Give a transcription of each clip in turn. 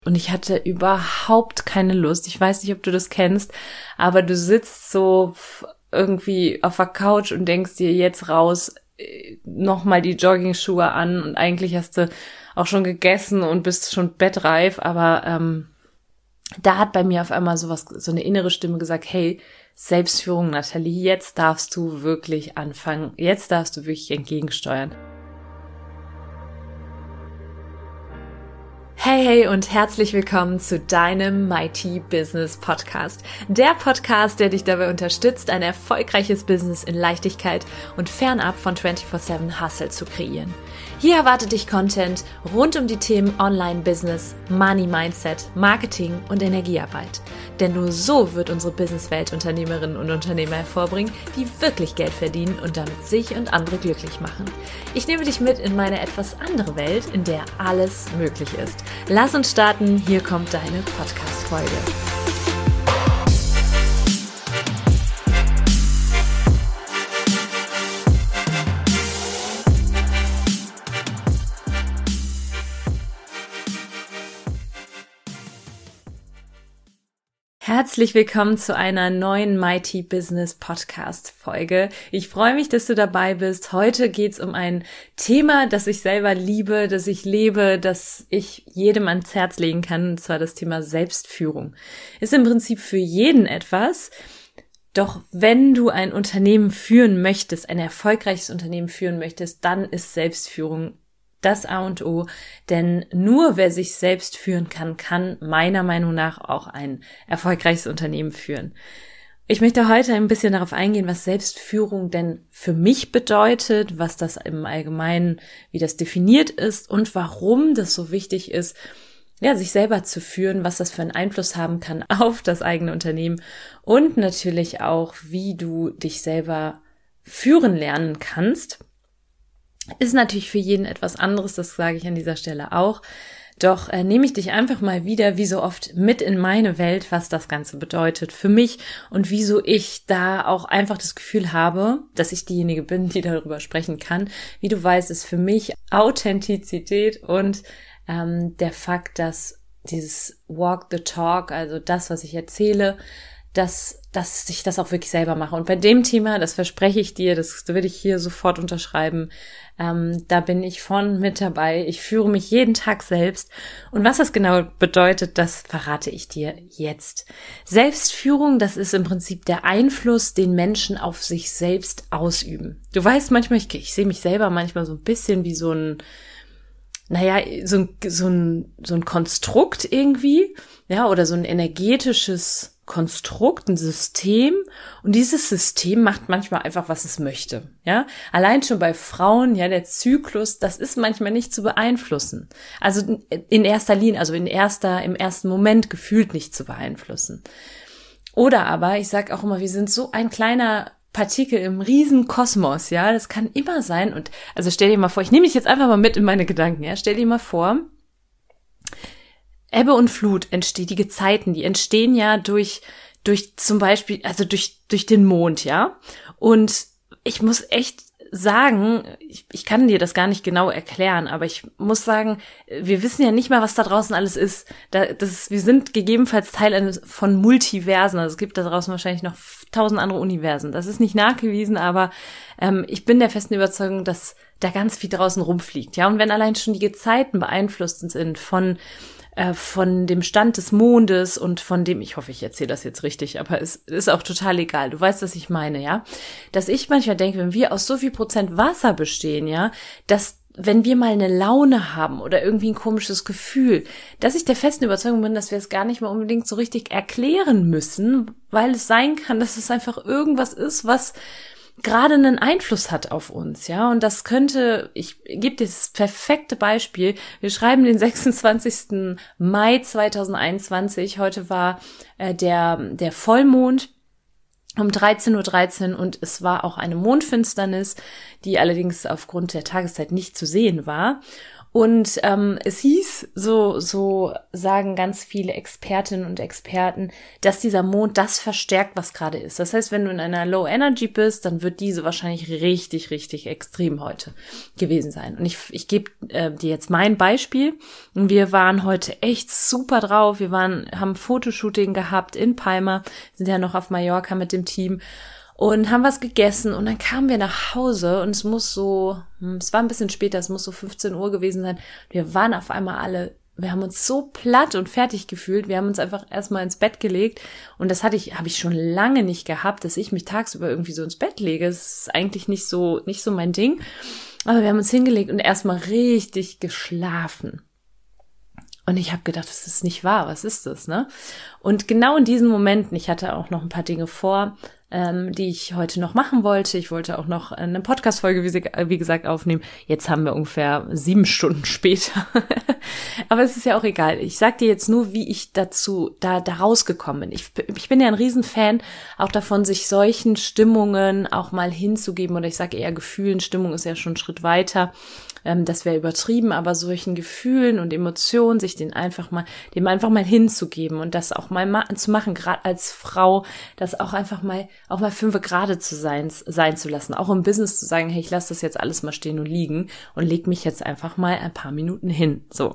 Und ich hatte überhaupt keine Lust. Ich weiß nicht, ob du das kennst, aber du sitzt so irgendwie auf der Couch und denkst dir jetzt raus, nochmal die Jogging-Schuhe an und eigentlich hast du auch schon gegessen und bist schon bettreif, aber da hat bei mir auf einmal so eine innere Stimme gesagt, hey, Selbstführung, Nathalie, jetzt darfst du wirklich anfangen, jetzt darfst du wirklich entgegensteuern. Hey und herzlich willkommen zu deinem Mighty Business Podcast. Der Podcast, der dich dabei unterstützt, ein erfolgreiches Business in Leichtigkeit und fernab von 24/7 Hustle zu kreieren. Hier erwartet dich Content rund um die Themen Online-Business, Money-Mindset, Marketing und Energiearbeit. Denn nur so wird unsere Businesswelt Unternehmerinnen und Unternehmer hervorbringen, die wirklich Geld verdienen und damit sich und andere glücklich machen. Ich nehme dich mit in meine etwas andere Welt, in der alles möglich ist. Lass uns starten, hier kommt deine Podcast-Folge. Herzlich willkommen zu einer neuen Mighty Business Podcast Folge. Ich freue mich, dass du dabei bist. Heute geht's um ein Thema, das ich selber liebe, das ich lebe, das ich jedem ans Herz legen kann, und zwar das Thema Selbstführung. Ist im Prinzip für jeden etwas, doch wenn du ein Unternehmen führen möchtest, ein erfolgreiches Unternehmen führen möchtest, dann ist Selbstführung das A und O, denn nur wer sich selbst führen kann, kann meiner Meinung nach auch ein erfolgreiches Unternehmen führen. Ich möchte heute ein bisschen darauf eingehen, was Selbstführung denn für mich bedeutet, was das im Allgemeinen, wie das definiert ist und warum das so wichtig ist, ja, sich selber zu führen, was das für einen Einfluss haben kann auf das eigene Unternehmen und natürlich auch, wie du dich selber führen lernen kannst. Ist natürlich für jeden etwas anderes, das sage ich an dieser Stelle auch. Doch nehme ich dich einfach mal wieder, wie so oft, mit in meine Welt, was das Ganze bedeutet für mich und wieso ich da auch einfach das Gefühl habe, dass ich diejenige bin, die darüber sprechen kann. Wie du weißt, ist für mich Authentizität und der Fakt, dass dieses Walk the Talk, also das, was ich erzähle, dass ich das auch wirklich selber mache. Und bei dem Thema, das verspreche ich dir, das würde ich hier sofort unterschreiben, da bin ich von mit dabei. Ich führe mich jeden Tag selbst. Und was das genau bedeutet, das verrate ich dir jetzt. Selbstführung, das ist im Prinzip der Einfluss, den Menschen auf sich selbst ausüben. Du weißt manchmal, ich sehe mich selber manchmal so ein bisschen wie so ein Konstrukt irgendwie, ja, oder so ein energetisches Konstrukt, ein System, und dieses System macht manchmal einfach, was es möchte, ja. Allein schon bei Frauen, ja, der Zyklus, das ist manchmal nicht zu beeinflussen. Also in erster Linie, also im ersten Moment gefühlt nicht zu beeinflussen. Oder aber, ich sag auch immer, wir sind so ein kleiner Partikel im riesen Kosmos, ja, das kann immer sein. Und also stell dir mal vor, ich nehme dich jetzt einfach mal mit in meine Gedanken, ja, stell dir mal vor, Ebbe und Flut entstehen, die Gezeiten, die entstehen ja durch zum Beispiel, also durch den Mond, ja. Und ich muss echt sagen, ich kann dir das gar nicht genau erklären, aber ich muss sagen, wir wissen ja nicht mal, was da draußen alles ist. Wir sind gegebenenfalls Teil von Multiversen, also es gibt da draußen wahrscheinlich noch 1000 andere Universen. Das ist nicht nachgewiesen, aber ich bin der festen Überzeugung, dass da ganz viel draußen rumfliegt, ja. Und wenn allein schon die Gezeiten beeinflusst sind von dem Stand des Mondes und von dem, ich hoffe, ich erzähle das jetzt richtig, aber es ist auch total egal. Du weißt, was ich meine, ja? Dass ich manchmal denke, wenn wir aus so viel Prozent Wasser bestehen, ja, dass wenn wir mal eine Laune haben oder irgendwie ein komisches Gefühl, dass ich der festen Überzeugung bin, dass wir es gar nicht mehr unbedingt so richtig erklären müssen, weil es sein kann, dass es einfach irgendwas ist, was gerade einen Einfluss hat auf uns, ja, und das könnte, ich gebe dir das perfekte Beispiel, wir schreiben den 26. Mai 2021, heute war der Vollmond um 13:13 Uhr und es war auch eine Mondfinsternis, die allerdings aufgrund der Tageszeit nicht zu sehen war. Und es hieß, so sagen ganz viele Expertinnen und Experten, dass dieser Mond das verstärkt, was gerade ist. Das heißt, wenn du in einer Low Energy bist, dann wird diese wahrscheinlich richtig, richtig extrem heute gewesen sein. Und ich gebe dir jetzt mein Beispiel. Wir waren heute echt super drauf. Wir haben Fotoshooting gehabt in Palma, sind ja noch auf Mallorca mit dem Team. Und haben was gegessen und dann kamen wir nach Hause und es war ein bisschen später, es muss so 15 Uhr gewesen sein. Wir waren auf einmal wir haben uns so platt und fertig gefühlt. Wir haben uns einfach erstmal ins Bett gelegt und das habe ich schon lange nicht gehabt, dass ich mich tagsüber irgendwie so ins Bett lege. Das ist eigentlich nicht so mein Ding. Aber wir haben uns hingelegt und erstmal richtig geschlafen. Und ich habe gedacht, das ist nicht wahr, was ist das, ne? Und genau in diesen Momenten, ich hatte auch noch ein paar Dinge vor, die ich heute noch machen wollte. Ich wollte auch noch eine Podcast-Folge, wie gesagt, aufnehmen. Jetzt haben wir ungefähr 7 Stunden später. Aber es ist ja auch egal. Ich sag dir jetzt nur, wie ich da rausgekommen bin. Ich bin ja ein Riesenfan auch davon, sich solchen Stimmungen auch mal hinzugeben. Oder ich sage eher Gefühlen. Stimmung ist ja schon einen Schritt weiter. Das wäre übertrieben, aber solchen Gefühlen und Emotionen, sich dem einfach mal hinzugeben und das auch mal zu machen, gerade als Frau, das auch einfach mal 5 gerade sein zu lassen, auch im Business zu sagen, hey, ich lasse das jetzt alles mal stehen und liegen und leg mich jetzt einfach mal ein paar Minuten hin, so.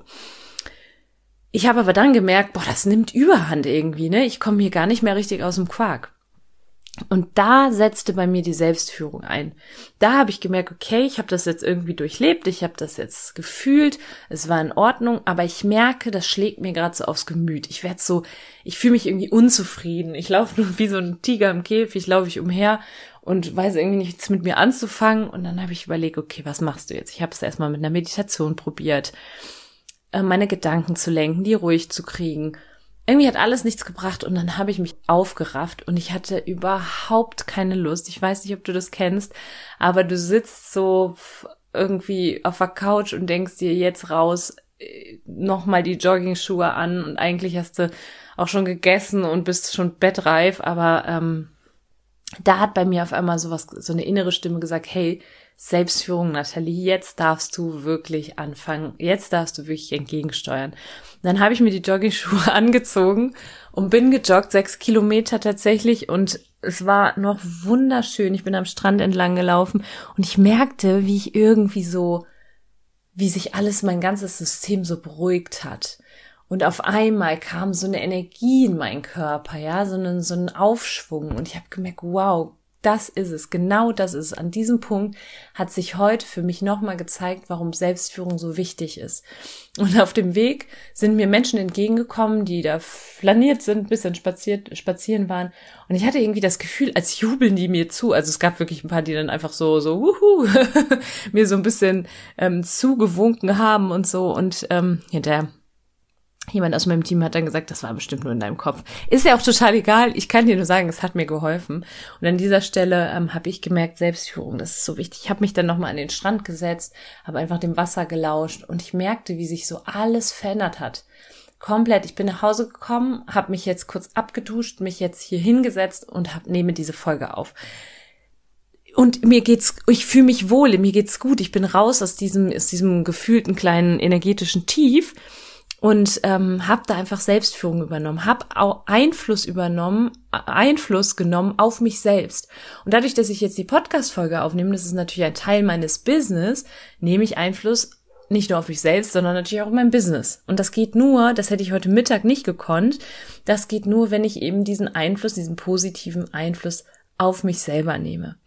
Ich habe aber dann gemerkt, das nimmt Überhand irgendwie, ne? Ich komme hier gar nicht mehr richtig aus dem Quark. Und da setzte bei mir die Selbstführung ein. Da habe ich gemerkt, okay, ich habe das jetzt irgendwie durchlebt, ich habe das jetzt gefühlt, es war in Ordnung, aber ich merke, das schlägt mir gerade so aufs Gemüt. Ich fühle mich irgendwie unzufrieden. Ich laufe nur wie so ein Tiger im Käfig, laufe ich umher und weiß irgendwie nichts mit mir anzufangen. Und dann habe ich überlegt, okay, was machst du jetzt? Ich habe es erstmal mit einer Meditation probiert, meine Gedanken zu lenken, die ruhig zu kriegen. Irgendwie hat alles nichts gebracht und dann habe ich mich aufgerafft und ich hatte überhaupt keine Lust. Ich weiß nicht, ob du das kennst, aber du sitzt so irgendwie auf der Couch und denkst dir jetzt raus, nochmal die Jogging-Schuhe an und eigentlich hast du auch schon gegessen und bist schon bettreif, aber da hat bei mir auf einmal so eine innere Stimme gesagt, hey, Selbstführung, Nathalie, jetzt darfst du wirklich anfangen, jetzt darfst du wirklich entgegensteuern. Und dann habe ich mir die Jogging-Schuhe angezogen und bin gejoggt, 6 Kilometer tatsächlich und es war noch wunderschön. Ich bin am Strand entlang gelaufen und ich merkte, wie sich mein ganzes System so beruhigt hat. Und auf einmal kam so eine Energie in meinen Körper, ja, so ein Aufschwung. Und ich habe gemerkt, wow, das ist es, genau das ist es. An diesem Punkt hat sich heute für mich nochmal gezeigt, warum Selbstführung so wichtig ist. Und auf dem Weg sind mir Menschen entgegengekommen, die da flaniert sind, ein bisschen spazieren waren. Und ich hatte irgendwie das Gefühl, als jubeln die mir zu. Also es gab wirklich ein paar, die dann einfach so wuhu, mir so ein bisschen zugewunken haben und so. Und hinterher jemand aus meinem Team hat dann gesagt, das war bestimmt nur in deinem Kopf. Ist ja auch total egal. Ich kann dir nur sagen, es hat mir geholfen. Und an dieser Stelle habe ich gemerkt, Selbstführung, das ist so wichtig. Ich habe mich dann nochmal an den Strand gesetzt, habe einfach dem Wasser gelauscht und ich merkte, wie sich so alles verändert hat. Komplett. Ich bin nach Hause gekommen, habe mich jetzt kurz abgeduscht, mich jetzt hier hingesetzt und nehme diese Folge auf. Und ich fühle mich wohl, mir geht's gut. Ich bin raus aus diesem gefühlten kleinen energetischen Tief. Und habe da einfach Selbstführung übernommen, habe auch Einfluss genommen auf mich selbst. Und dadurch, dass ich jetzt die Podcast-Folge aufnehme, das ist natürlich ein Teil meines Business, nehme ich Einfluss nicht nur auf mich selbst, sondern natürlich auch auf mein Business. Und das geht nur, das hätte ich heute Mittag nicht gekonnt, das geht nur, wenn ich eben diesen positiven Einfluss auf mich selber nehme.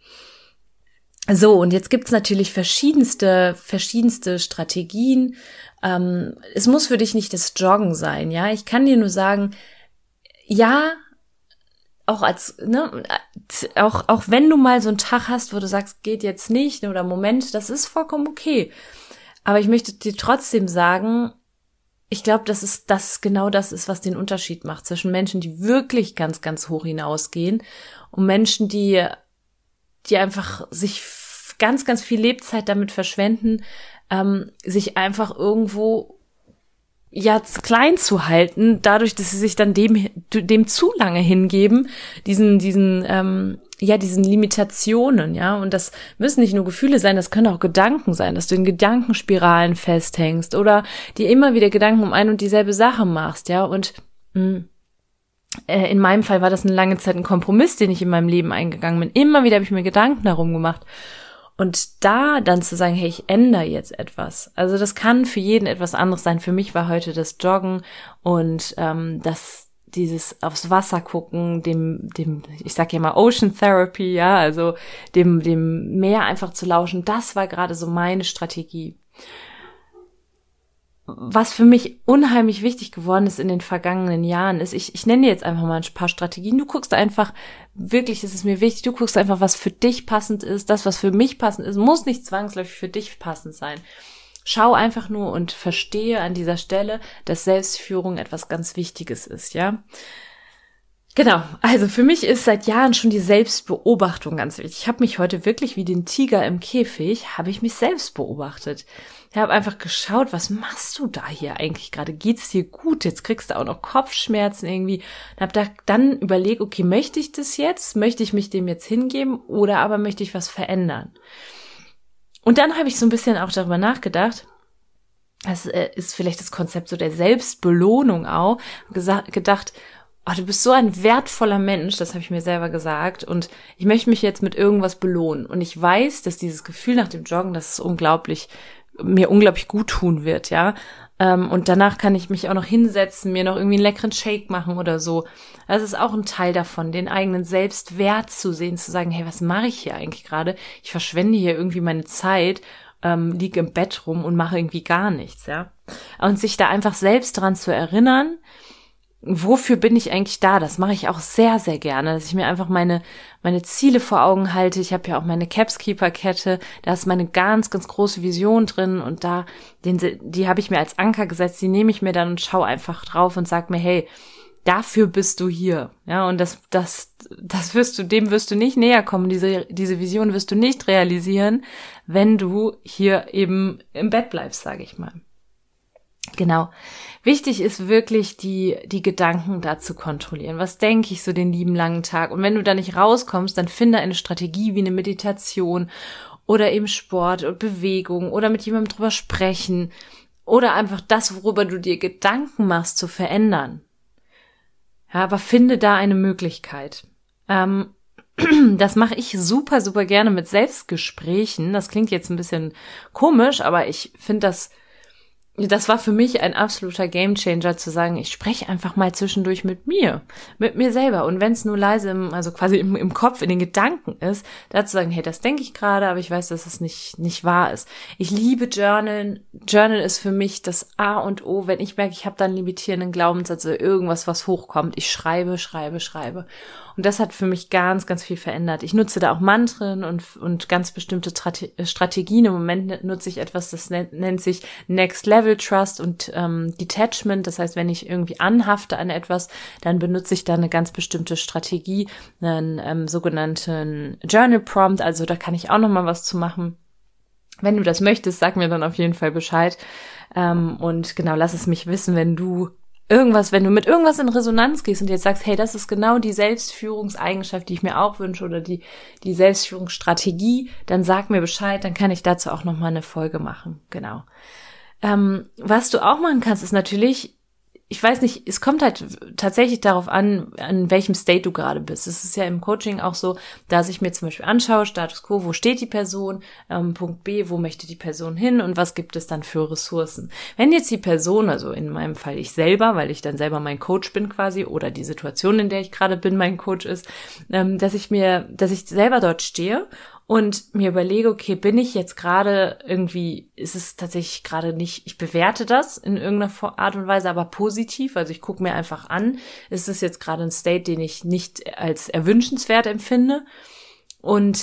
So, und jetzt gibt's natürlich verschiedenste Strategien. Es muss für dich nicht das Joggen sein, ja. Ich kann dir nur sagen, ja, auch auch wenn du mal so einen Tag hast, wo du sagst, geht jetzt nicht, oder Moment, das ist vollkommen okay. Aber ich möchte dir trotzdem sagen, ich glaube, dass genau das ist, was den Unterschied macht zwischen Menschen, die wirklich ganz, ganz hoch hinausgehen und Menschen, die einfach sich ganz, ganz viel Lebzeit damit verschwenden, sich einfach irgendwo ja klein zu halten, dadurch, dass sie sich dann dem zu lange hingeben, diesen Limitationen, ja, und das müssen nicht nur Gefühle sein, das können auch Gedanken sein, dass du in Gedankenspiralen festhängst oder dir immer wieder Gedanken um ein und dieselbe Sache machst, ja, und in meinem Fall war das eine lange Zeit ein Kompromiss, den ich in meinem Leben eingegangen bin. Immer wieder habe ich mir Gedanken darum gemacht. Und da dann zu sagen, hey, ich ändere jetzt etwas. Also das kann für jeden etwas anderes sein. Für mich war heute das Joggen und dieses aufs Wasser gucken, dem, ich sag ja mal Ocean Therapy, ja, also dem Meer einfach zu lauschen, das war gerade so meine Strategie. Was für mich unheimlich wichtig geworden ist in den vergangenen Jahren, ist, ich nenne dir jetzt einfach mal ein paar Strategien. Du guckst einfach, wirklich ist es mir wichtig, du guckst einfach, was für dich passend ist. Das, was für mich passend ist, muss nicht zwangsläufig für dich passend sein. Schau einfach nur und verstehe an dieser Stelle, dass Selbstführung etwas ganz Wichtiges ist, ja. Genau, also für mich ist seit Jahren schon die Selbstbeobachtung ganz wichtig. Ich habe mich heute wirklich wie den Tiger im Käfig, habe ich mich selbst beobachtet. Ich habe einfach geschaut, was machst du da hier eigentlich gerade? Geht's dir gut? Jetzt kriegst du auch noch Kopfschmerzen irgendwie. Und habe dann überlegt, okay, möchte ich das jetzt? Möchte ich mich dem jetzt hingeben oder aber möchte ich was verändern? Und dann habe ich so ein bisschen auch darüber nachgedacht, das ist vielleicht das Konzept so der Selbstbelohnung auch, gedacht, oh, du bist so ein wertvoller Mensch, das habe ich mir selber gesagt und ich möchte mich jetzt mit irgendwas belohnen und ich weiß, dass dieses Gefühl nach dem Joggen, dass es mir unglaublich gut tun wird, ja, und danach kann ich mich auch noch hinsetzen, mir noch irgendwie einen leckeren Shake machen oder so. Das ist auch ein Teil davon, den eigenen Selbstwert zu sehen, zu sagen, hey, was mache ich hier eigentlich gerade? Ich verschwende hier irgendwie meine Zeit, liege im Bett rum und mache irgendwie gar nichts, ja, und sich da einfach selbst dran zu erinnern, wofür bin ich eigentlich da? Das mache ich auch sehr, sehr gerne, dass ich mir einfach meine Ziele vor Augen halte. Ich habe ja auch meine Capskeeper-Kette, da ist meine ganz, ganz große Vision drin und die habe ich mir als Anker gesetzt, die nehme ich mir dann und schaue einfach drauf und sag mir, hey, dafür bist du hier. Ja, und dem wirst du nicht näher kommen, diese Vision wirst du nicht realisieren, wenn du hier eben im Bett bleibst, sage ich mal. Genau. Wichtig ist wirklich, die Gedanken da zu kontrollieren. Was denke ich so den lieben langen Tag? Und wenn du da nicht rauskommst, dann finde eine Strategie wie eine Meditation oder eben Sport und Bewegung oder mit jemandem drüber sprechen oder einfach das, worüber du dir Gedanken machst, zu verändern. Ja, aber finde da eine Möglichkeit. Das mache ich super, super gerne mit Selbstgesprächen. Das klingt jetzt ein bisschen komisch, aber ich finde das war für mich ein absoluter Gamechanger zu sagen, ich spreche einfach mal zwischendurch mit mir selber. Und wenn es nur leise, also quasi im Kopf, in den Gedanken ist, da zu sagen, hey, das denke ich gerade, aber ich weiß, dass es nicht wahr ist. Ich liebe Journalen. Journal ist für mich das A und O. Wenn ich merke, ich habe da einen limitierenden Glaubenssatz oder irgendwas, was hochkommt, ich schreibe. Und das hat für mich ganz, ganz viel verändert. Ich nutze da auch Mantren und ganz bestimmte Strategien. Im Moment nutze ich etwas, das nennt sich Next Level Trust und Detachment. Das heißt, wenn ich irgendwie anhafte an etwas, dann benutze ich da eine ganz bestimmte Strategie, einen sogenannten Journal Prompt. Also da kann ich auch noch mal was zu machen. Wenn du das möchtest, sag mir dann auf jeden Fall Bescheid. Und genau, lass es mich wissen, wenn du mit irgendwas in Resonanz gehst und jetzt sagst, hey, das ist genau die Selbstführungseigenschaft, die ich mir auch wünsche oder die Selbstführungsstrategie, dann sag mir Bescheid, dann kann ich dazu auch nochmal eine Folge machen, genau. Was du auch machen kannst, ist natürlich, ich weiß nicht, es kommt halt tatsächlich darauf an welchem State du gerade bist. Es ist ja im Coaching auch so, dass ich mir zum Beispiel anschaue, Status Quo, wo steht die Person, Punkt B, wo möchte die Person hin und was gibt es dann für Ressourcen. Wenn jetzt die Person, also in meinem Fall ich selber, weil ich dann selber mein Coach bin quasi oder die Situation, in der ich gerade bin, mein Coach ist, dass ich selber dort stehe und mir überlege, okay, bin ich jetzt gerade irgendwie, ist es tatsächlich gerade nicht, ich bewerte das in irgendeiner Art und Weise, aber positiv, also ich gucke mir einfach an, ist es jetzt gerade ein State, den ich nicht als erwünschenswert empfinde und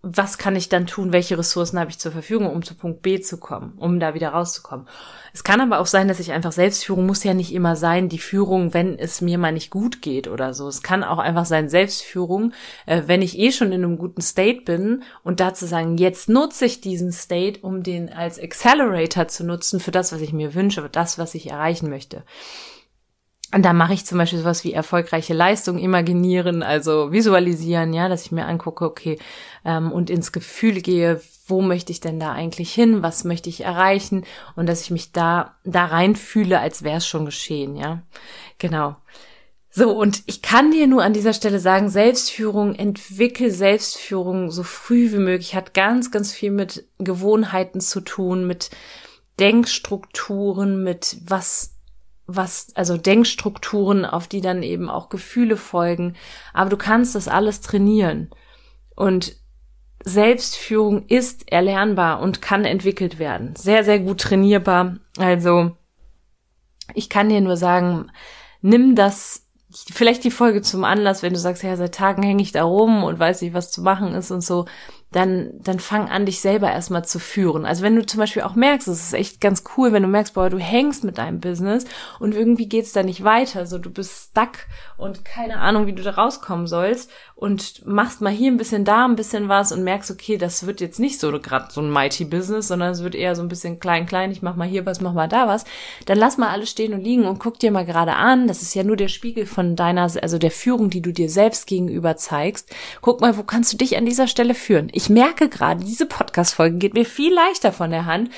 was kann ich dann tun, welche Ressourcen habe ich zur Verfügung, um zu Punkt B zu kommen, um da wieder rauszukommen. Es kann aber auch sein, dass ich einfach Selbstführung muss ja nicht immer sein, die Führung, wenn es mir mal nicht gut geht oder so. Es kann auch einfach sein Selbstführung, wenn ich schon in einem guten State bin und dazu sagen, jetzt nutze ich diesen State, um den als Accelerator zu nutzen für das, was ich mir wünsche, für das, was ich erreichen möchte. Und da mache ich zum Beispiel sowas wie erfolgreiche Leistung imaginieren, also visualisieren, ja, dass ich mir angucke, okay, und ins Gefühl gehe, wo möchte ich denn da eigentlich hin, was möchte ich erreichen und dass ich mich da reinfühle, als wäre es schon geschehen, ja, genau. So, und ich kann dir nur an dieser Stelle sagen, entwickel Selbstführung so früh wie möglich, hat ganz, ganz viel mit Gewohnheiten zu tun, mit Denkstrukturen, mit also Denkstrukturen, auf die dann eben auch Gefühle folgen. Aber du kannst das alles trainieren. Und Selbstführung ist erlernbar und kann entwickelt werden. Sehr, sehr gut trainierbar. Also, ich kann dir nur sagen, nimm das, vielleicht die Folge zum Anlass, wenn du sagst, ja, seit Tagen hänge ich da rum und weiß nicht, was zu machen ist und so, dann fang an, dich selber erstmal zu führen. Also wenn du zum Beispiel auch merkst, es ist echt ganz cool, wenn du merkst, boah, du hängst mit deinem Business und irgendwie geht's da nicht weiter, so du bist stuck und keine Ahnung, wie du da rauskommen sollst und machst mal hier ein bisschen da ein bisschen was und merkst, okay, das wird jetzt nicht so gerade so ein mighty Business, sondern es wird eher so ein bisschen klein, ich mach mal hier was, mach mal da was, dann lass mal alles stehen und liegen und guck dir mal gerade an, das ist ja nur der Spiegel von also der Führung, die du dir selbst gegenüber zeigst. Guck mal, wo kannst du dich an dieser Stelle führen? Ich merke gerade, diese Podcast-Folge geht mir viel leichter von der Hand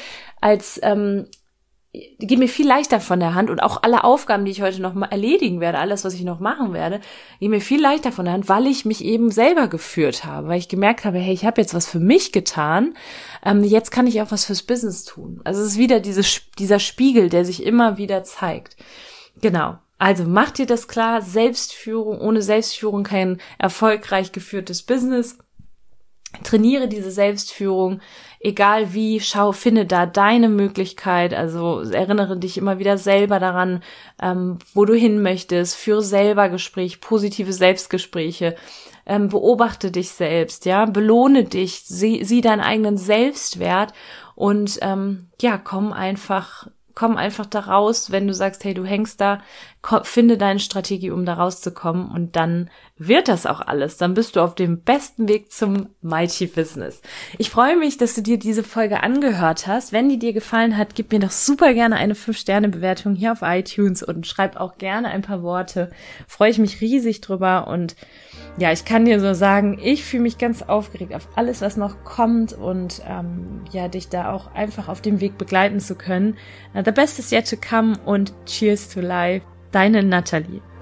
und auch alle Aufgaben, die ich heute noch mal erledigen werde, alles, was ich noch machen werde, geht mir viel leichter von der Hand, weil ich mich eben selber geführt habe, weil ich gemerkt habe, hey, ich habe jetzt was für mich getan, jetzt kann ich auch was fürs Business tun. Also es ist wieder dieser Spiegel, der sich immer wieder zeigt. Genau. Also mach dir das klar, Selbstführung, ohne Selbstführung kein erfolgreich geführtes Business. Trainiere diese Selbstführung, egal wie, finde da deine Möglichkeit, also erinnere dich immer wieder selber daran, wo du hin möchtest, führe selber Gespräche, positive Selbstgespräche, beobachte dich selbst, ja, belohne dich, sieh deinen eigenen Selbstwert und komm einfach da raus, wenn du sagst, hey, du hängst da, finde deine Strategie, um da rauszukommen und dann wird das auch alles. Dann bist du auf dem besten Weg zum Mighty Business. Ich freue mich, dass du dir diese Folge angehört hast. Wenn die dir gefallen hat, gib mir doch super gerne eine 5-Sterne-Bewertung hier auf iTunes und schreib auch gerne ein paar Worte. Freue ich mich riesig drüber und ja, ich kann dir so sagen, ich fühle mich ganz aufgeregt auf alles, was noch kommt und dich da auch einfach auf dem Weg begleiten zu können. The best is yet to come und cheers to life. Deine Nathalie.